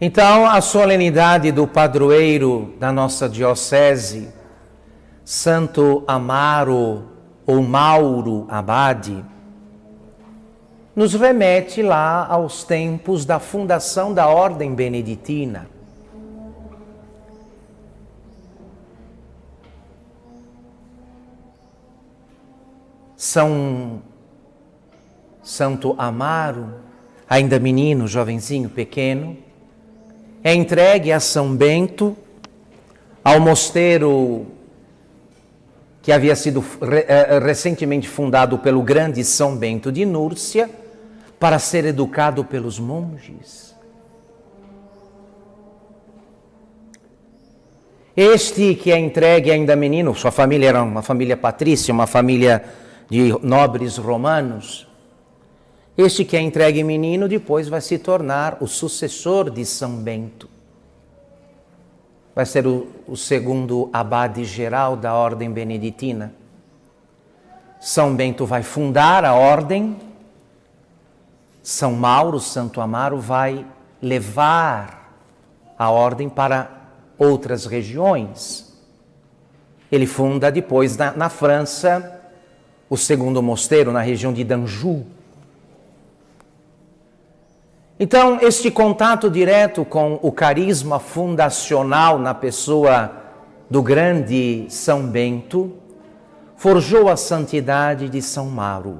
Então, a solenidade do padroeiro da nossa diocese, Santo Amaro ou Mauro Abade, nos remete lá aos tempos da fundação da Ordem Beneditina. Santo Amaro, ainda menino, jovenzinho, pequeno, é entregue a São Bento, ao mosteiro que havia sido recentemente fundado pelo grande São Bento de Núrcia, para ser educado pelos monges. Este que é entregue ainda menino, sua família era uma família patrícia, uma família de nobres romanos. Este que é entregue menino depois vai se tornar o sucessor de São Bento. Vai ser o segundo abade geral da Ordem Beneditina. São Bento vai fundar a Ordem. São Mauro, Santo Amaro, vai levar a Ordem para outras regiões. Ele funda depois na França o segundo mosteiro na região de d'Anjou. Então, este contato direto com o carisma fundacional na pessoa do grande São Bento forjou a santidade de São Mauro.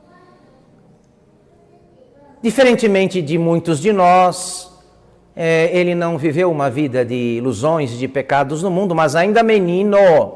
Diferentemente de muitos de nós, ele não viveu uma vida de ilusões, de pecados no mundo, mas ainda menino,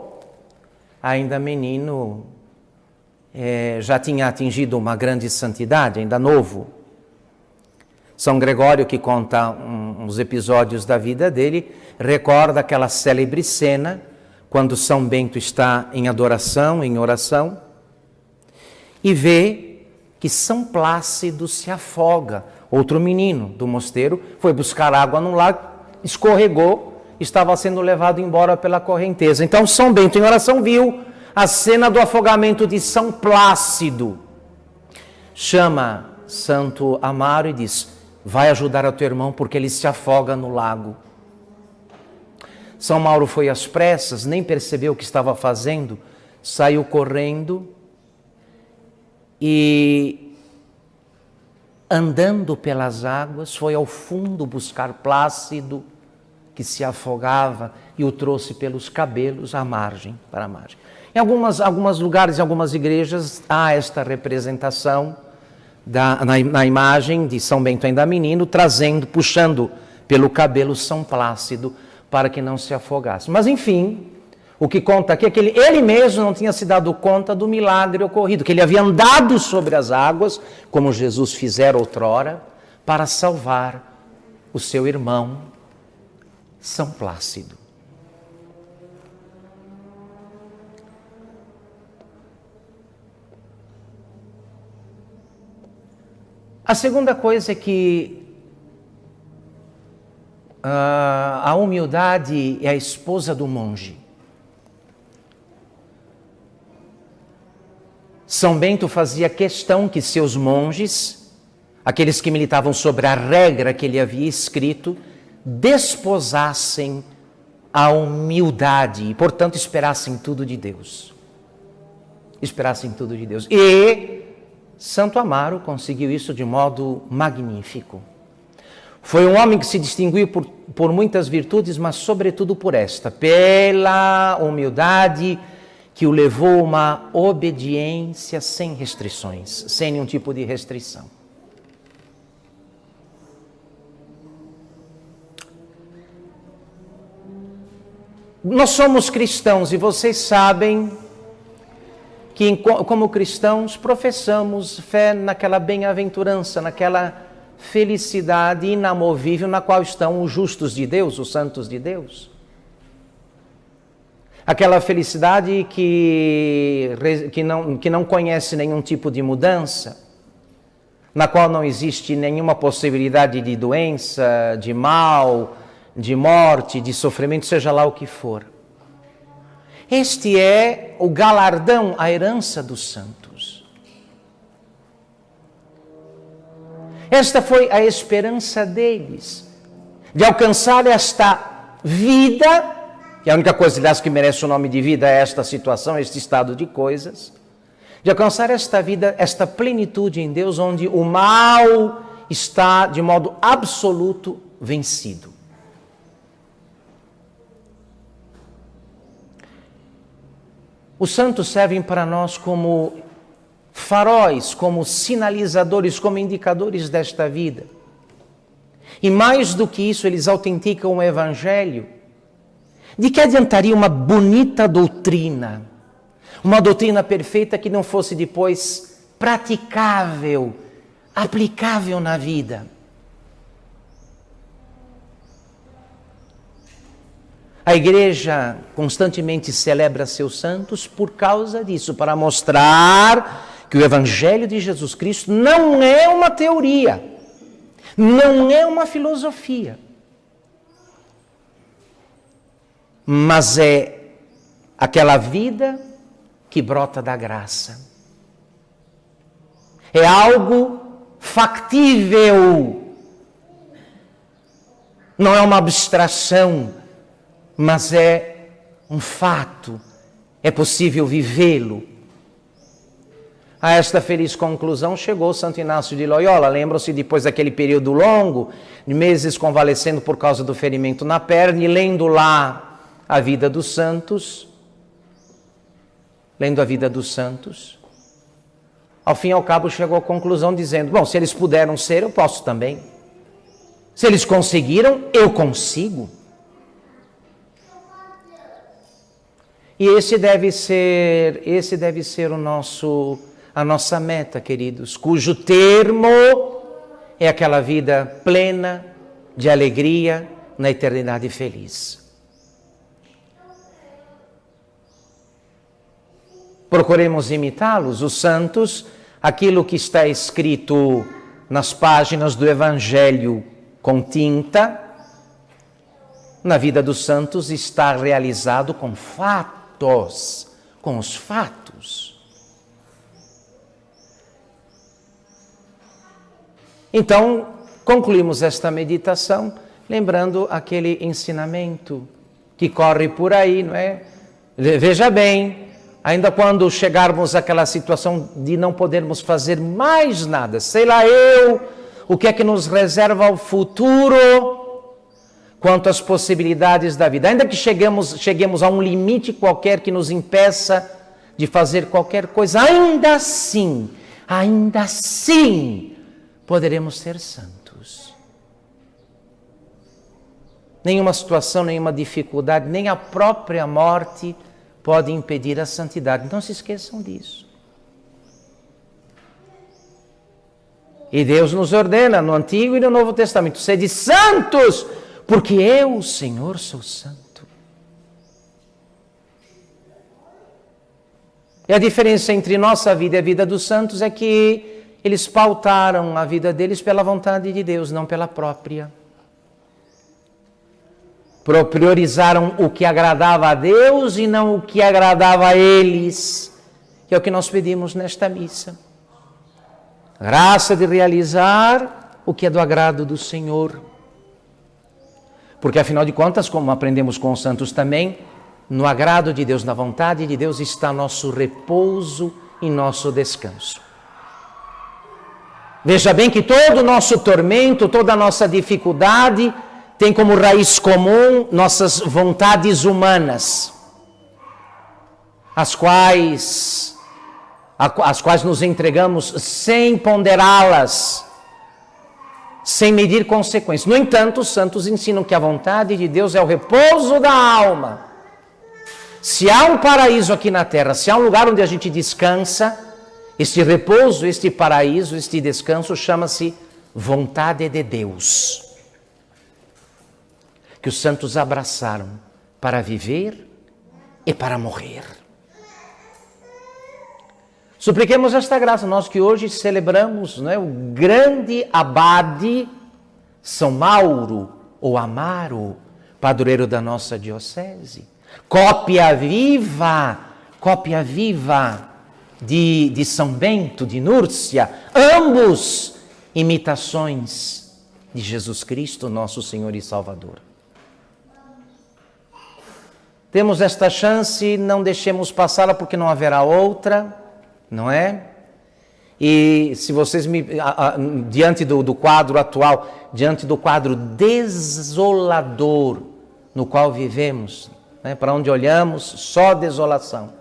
já tinha atingido uma grande santidade, ainda novo. São Gregório, que conta uns episódios da vida dele, recorda aquela célebre cena quando São Bento está em adoração, em oração, e vê que São Plácido se afoga. Outro menino do mosteiro foi buscar água no lago, escorregou, estava sendo levado embora pela correnteza. Então São Bento, em oração, viu a cena do afogamento de São Plácido. Chama Santo Amaro e diz: vai ajudar o teu irmão porque ele se afoga no lago. São Mauro foi às pressas, nem percebeu o que estava fazendo, saiu correndo e, andando pelas águas, foi ao fundo buscar Plácido, que se afogava, e o trouxe pelos cabelos para a margem. Em alguns lugares, em algumas igrejas, há esta representação na imagem de São Bento ainda menino, puxando pelo cabelo São Plácido para que não se afogasse. Mas enfim, o que conta aqui é que ele mesmo não tinha se dado conta do milagre ocorrido, que ele havia andado sobre as águas, como Jesus fizera outrora, para salvar o seu irmão São Plácido. A segunda coisa é que a humildade é a esposa do monge. São Bento fazia questão que seus monges, aqueles que militavam sobre a regra que ele havia escrito, desposassem a humildade e, portanto, esperassem tudo de Deus. E Santo Amaro conseguiu isso de modo magnífico. Foi um homem que se distinguiu por muitas virtudes, mas sobretudo por esta, pela humildade que o levou a uma obediência sem restrições, sem nenhum tipo de restrição. Nós somos cristãos e vocês sabem que, como cristãos, professamos fé naquela bem-aventurança, naquela felicidade inamovível na qual estão os justos de Deus, os santos de Deus. Aquela felicidade que não conhece nenhum tipo de mudança, na qual não existe nenhuma possibilidade de doença, de mal, de morte, de sofrimento, seja lá o que for. Este é o galardão, a herança dos santos. Esta foi a esperança deles. de alcançar esta vida, e a única coisa, aliás, que merece o nome de vida é esta situação, este estado de coisas, de alcançar esta vida, esta plenitude em Deus, onde o mal está de modo absoluto vencido. Os santos servem para nós como faróis, como sinalizadores, como indicadores desta vida. E mais do que isso, eles autenticam o Evangelho. De que adiantaria uma bonita doutrina, uma doutrina perfeita que não fosse depois praticável, aplicável na vida? A igreja constantemente celebra seus santos por causa disso, para mostrar que o Evangelho de Jesus Cristo não é uma teoria, não é uma filosofia, mas é aquela vida que brota da graça. É algo factível, não é uma abstração, mas é um fato, é possível vivê-lo. A esta feliz conclusão chegou Santo Inácio de Loyola. Lembram-se, depois daquele período longo, de meses convalescendo por causa do ferimento na perna, e lendo lá a vida dos santos, ao fim e ao cabo chegou à conclusão dizendo, bom, se eles puderam ser, eu posso também. Se eles conseguiram, eu consigo. E esse deve ser a nossa meta, queridos, cujo termo é aquela vida plena de alegria na eternidade feliz. Procuremos imitá-los, os santos, aquilo que está escrito nas páginas do Evangelho com tinta, na vida dos santos está realizado com fatos, com os fatos. Então, concluímos esta meditação lembrando aquele ensinamento que corre por aí, não é? Veja bem, ainda quando chegarmos àquela situação de não podermos fazer mais nada, sei lá o que é que nos reserva o futuro quanto às possibilidades da vida. Ainda que cheguemos a um limite qualquer que nos impeça de fazer qualquer coisa, ainda assim, poderemos ser santos. Nenhuma situação, nenhuma dificuldade, nem a própria morte pode impedir a santidade. Não se esqueçam disso. E Deus nos ordena no Antigo e no Novo Testamento, sede santos, porque eu, o Senhor, sou santo. E a diferença entre nossa vida e a vida dos santos é que eles pautaram a vida deles pela vontade de Deus, não pela própria. Priorizaram o que agradava a Deus e não o que agradava a eles, que é o que nós pedimos nesta missa. Graça de realizar o que é do agrado do Senhor. Porque, afinal de contas, como aprendemos com os santos também, no agrado de Deus, na vontade de Deus, está nosso repouso e nosso descanso. Veja bem que todo o nosso tormento, toda a nossa dificuldade tem como raiz comum nossas vontades humanas, às quais nos entregamos sem ponderá-las, sem medir consequências. No entanto, os santos ensinam que a vontade de Deus é o repouso da alma. Se há um paraíso aqui na terra, se há um lugar onde a gente descansa, este repouso, este paraíso, este descanso chama-se vontade de Deus, que os santos abraçaram para viver e para morrer. Supliquemos esta graça, nós que hoje celebramos, não é, o grande abade São Mauro, ou Amaro, padroeiro da nossa diocese. Cópia viva de São Bento, de Núrcia, ambos imitações de Jesus Cristo, nosso Senhor e Salvador. Temos esta chance, não deixemos passá-la porque não haverá outra, não é? E se vocês diante do quadro atual, diante do quadro desolador no qual vivemos, né, para onde olhamos, só desolação.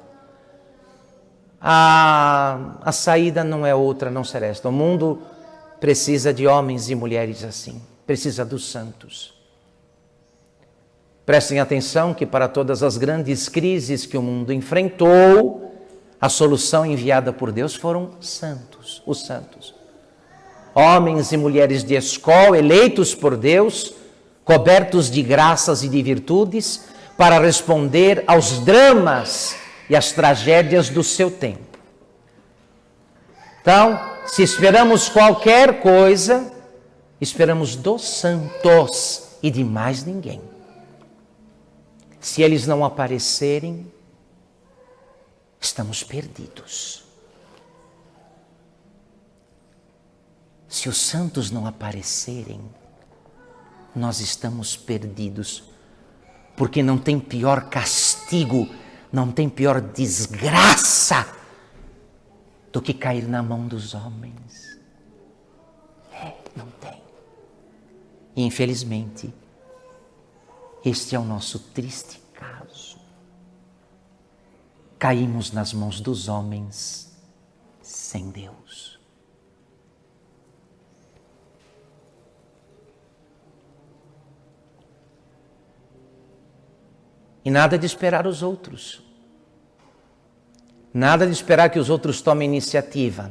A saída não é outra, não será esta. O mundo precisa de homens e mulheres assim, precisa dos santos. Prestem atenção que para todas as grandes crises que o mundo enfrentou, a solução enviada por Deus foram santos, os santos. Homens e mulheres de escola, eleitos por Deus, cobertos de graças e de virtudes, para responder aos dramas e às tragédias do seu tempo. Então, se esperamos qualquer coisa, esperamos dos santos e de mais ninguém. Se eles não aparecerem, estamos perdidos. Se os santos não aparecerem, nós estamos perdidos, porque não tem pior castigo, não tem pior desgraça do que cair na mão dos homens. Não tem. E infelizmente, este é o nosso triste caso. Caímos nas mãos dos homens sem Deus. E nada de esperar os outros. Nada de esperar que os outros tomem iniciativa.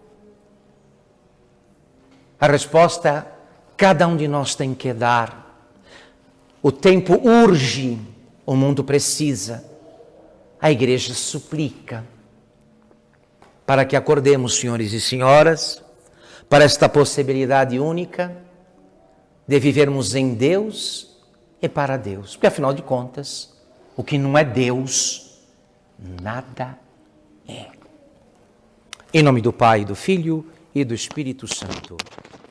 A resposta cada um de nós tem que dar. O tempo urge, o mundo precisa. A igreja suplica para que acordemos, senhores e senhoras, para esta possibilidade única de vivermos em Deus e para Deus. Porque afinal de contas, o que não é Deus, nada é. Em nome do Pai, do Filho e do Espírito Santo.